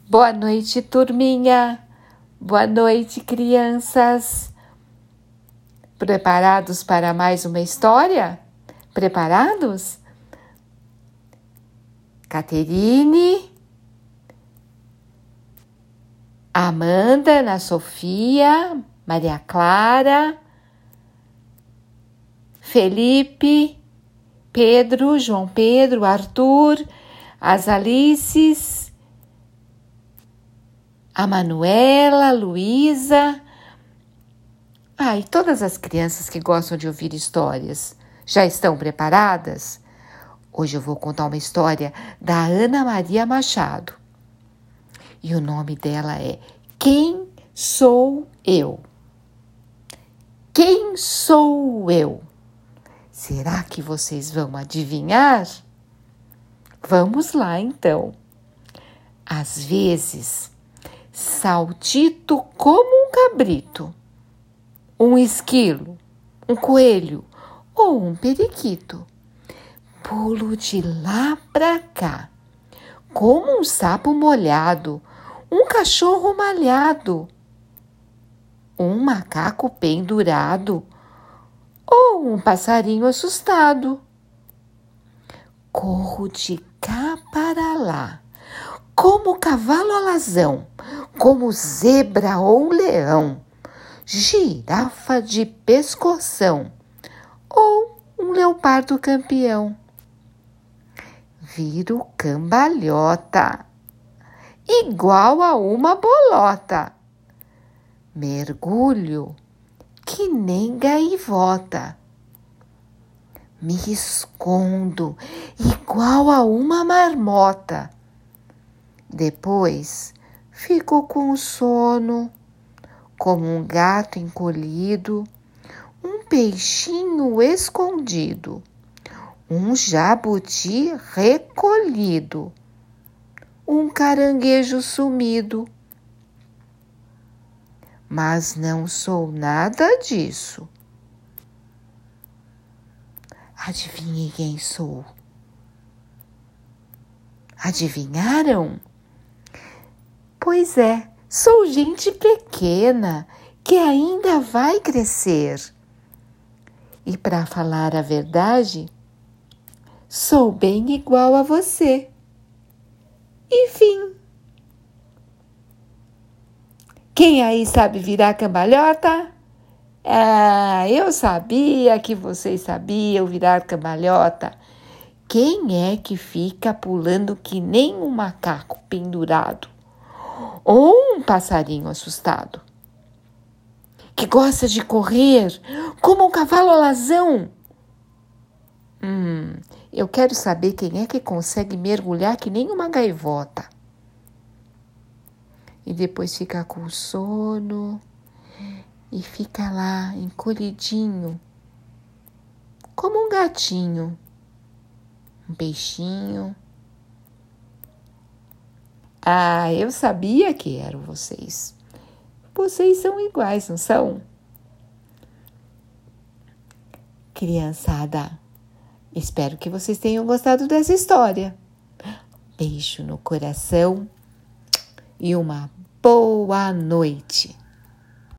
Boa noite, turminha. Boa noite, crianças. Preparados para mais uma história? Preparados? Caterine, Amanda, Ana Sofia, Maria Clara, Felipe, Pedro, João Pedro, Arthur, as Alices, a Manuela, Luísa. E todas as crianças que gostam de ouvir histórias. Já estão preparadas? Hoje eu vou contar uma história da Ana Maria Machado. E o nome dela é Quem Sou Eu? Quem sou eu? Será que vocês vão adivinhar? Vamos lá, então. Às vezes, saltito como um cabrito, um esquilo, um coelho ou um periquito. Pulo de lá pra cá, como um sapo molhado, um cachorro malhado, um macaco pendurado ou um passarinho assustado. Corro de cá para lá, como cavalo alazão, como zebra ou leão, girafa de pescoção ou um leopardo campeão. Viro cambalhota, igual a uma bolota. Mergulho que nem gaivota. Me escondo igual a uma marmota. Depois fico com sono, como um gato encolhido, um peixinho escondido, um jabuti recolhido, um caranguejo sumido. Mas não sou nada disso. Adivinhe quem sou? Adivinharam? Pois é, sou gente pequena que ainda vai crescer. E para falar a verdade, sou bem igual a você. Enfim. Quem aí sabe virar cambalhota? Eu sabia que vocês sabiam virar cambalhota. Quem é que fica pulando que nem um macaco pendurado? Ou um passarinho assustado? Que gosta de correr como um cavalo alazão? Eu quero saber quem é que consegue mergulhar que nem uma gaivota. E depois fica com sono e fica lá encolhidinho, como um gatinho, um peixinho. Eu sabia que eram vocês. Vocês são iguais, não são? Criançada, espero que vocês tenham gostado dessa história. Beijo no coração e uma boa noite.